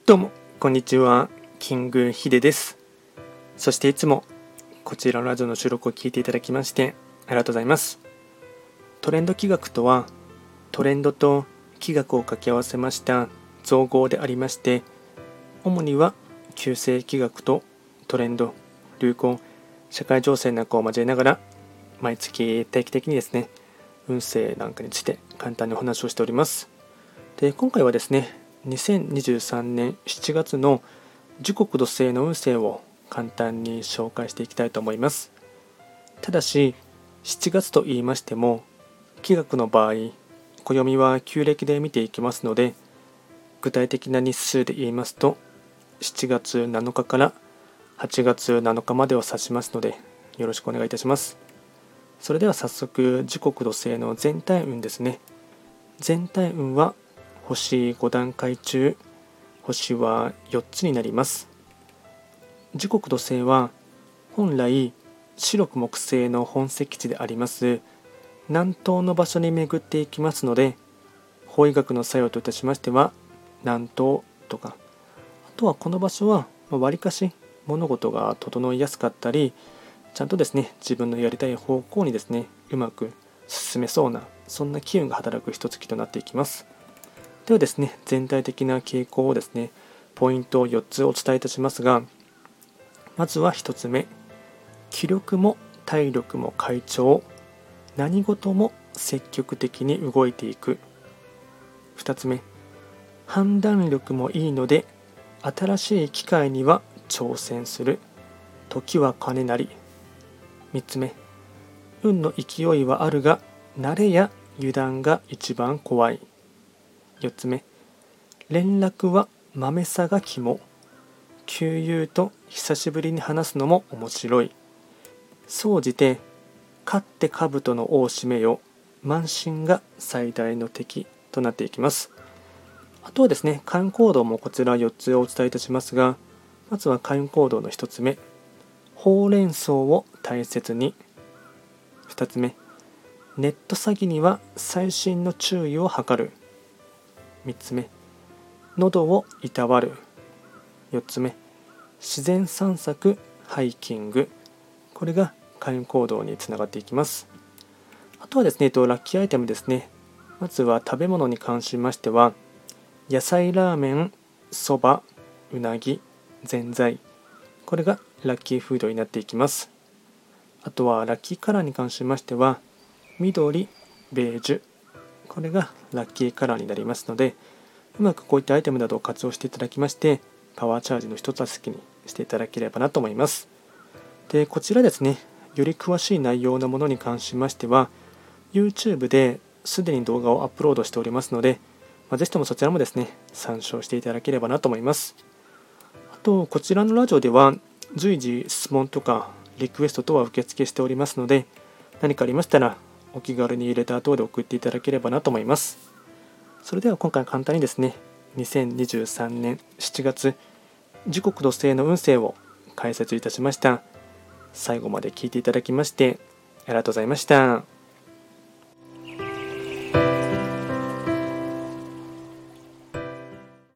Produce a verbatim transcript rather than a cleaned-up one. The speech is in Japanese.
どうもこんにちは、キングヒデです。そしていつもこちらのラジオの収録を聞いていただきましてありがとうございます。トレンド企画とは、トレンドと企画を掛け合わせました造語でありまして、主には旧世企画とトレンド、流行、社会情勢なんかを交えながら毎月定期的にですね、運勢なんかについて簡単にお話をしております。で、今回はですね、にせんにじゅうさんねんしちがつの時刻土星の運勢を簡単に紹介していきたいと思います。ただし、しちがつと言いましても、気学の場合、暦は旧暦で見ていきますので、具体的な日数で言いますと、しちがつなのかからはちがつなのかまでを指しますので、よろしくお願いいたします。それでは早速、時刻土星の全体運ですね。全体運は星ご段階中、星はよっつになります。時刻土星は本来白く木星の本石地であります南東の場所に巡っていきますので、法医学の作用といたしましては南東とか、あとはこの場所はわりかし物事が整いやすかったり、ちゃんとですね、自分のやりたい方向にですね、うまく進めそうな、そんな機運が働く一月となっていきます。ではですね、全体的な傾向をですね、ポイントをよっつお伝えいたしますが、まずはひとつめ、気力も体力も快調、何事も積極的に動いていく。ふたつめ、判断力もいいので、新しい機会には挑戦する。時は金なり。みっつめ、運の勢いはあるが、慣れや油断が一番怖い。よっつめ、連絡はまめさが肝。旧友と久しぶりに話すのも面白い。総じて、勝って兜の尾を締めよ。慢心が最大の敵となっていきます。あとはですね、開運行動もこちらよっつをお伝えいたしますが、まずは開運行動のひとつめ、ほうれん草を大切に。ふたつめ、ネット詐欺には細心の注意を図る。みっつめ、喉をいたわる。よっつめ、自然散策、ハイキング。これが開運行動につながっていきます。あとはですね、ラッキーアイテムですね。まずは食べ物に関しましては、野菜ラーメン、そば、うなぎ、ぜんざい。これがラッキーフードになっていきます。あとはラッキーカラーに関しましては、緑、ベージュ。これがラッキーカラーになりますので、うまくこういったアイテムなどを活用していただきまして、パワーチャージの一つ助けにしていただければなと思います。で、こちらですね、より詳しい内容のものに関しましては、YouTube ですでに動画をアップロードしておりますので、まあ、ぜひともそちらもですね、参照していただければなと思います。あと、こちらのラジオでは、随時質問とかリクエスト等は受付しておりますので、何かありましたら、お気軽にレター等で送っていただければなと思います。それでは今回簡単にですね、にせんにじゅうさんねんしちがつ、時刻土星の運勢を解説いたしました。最後まで聞いていただきまして、ありがとうございました。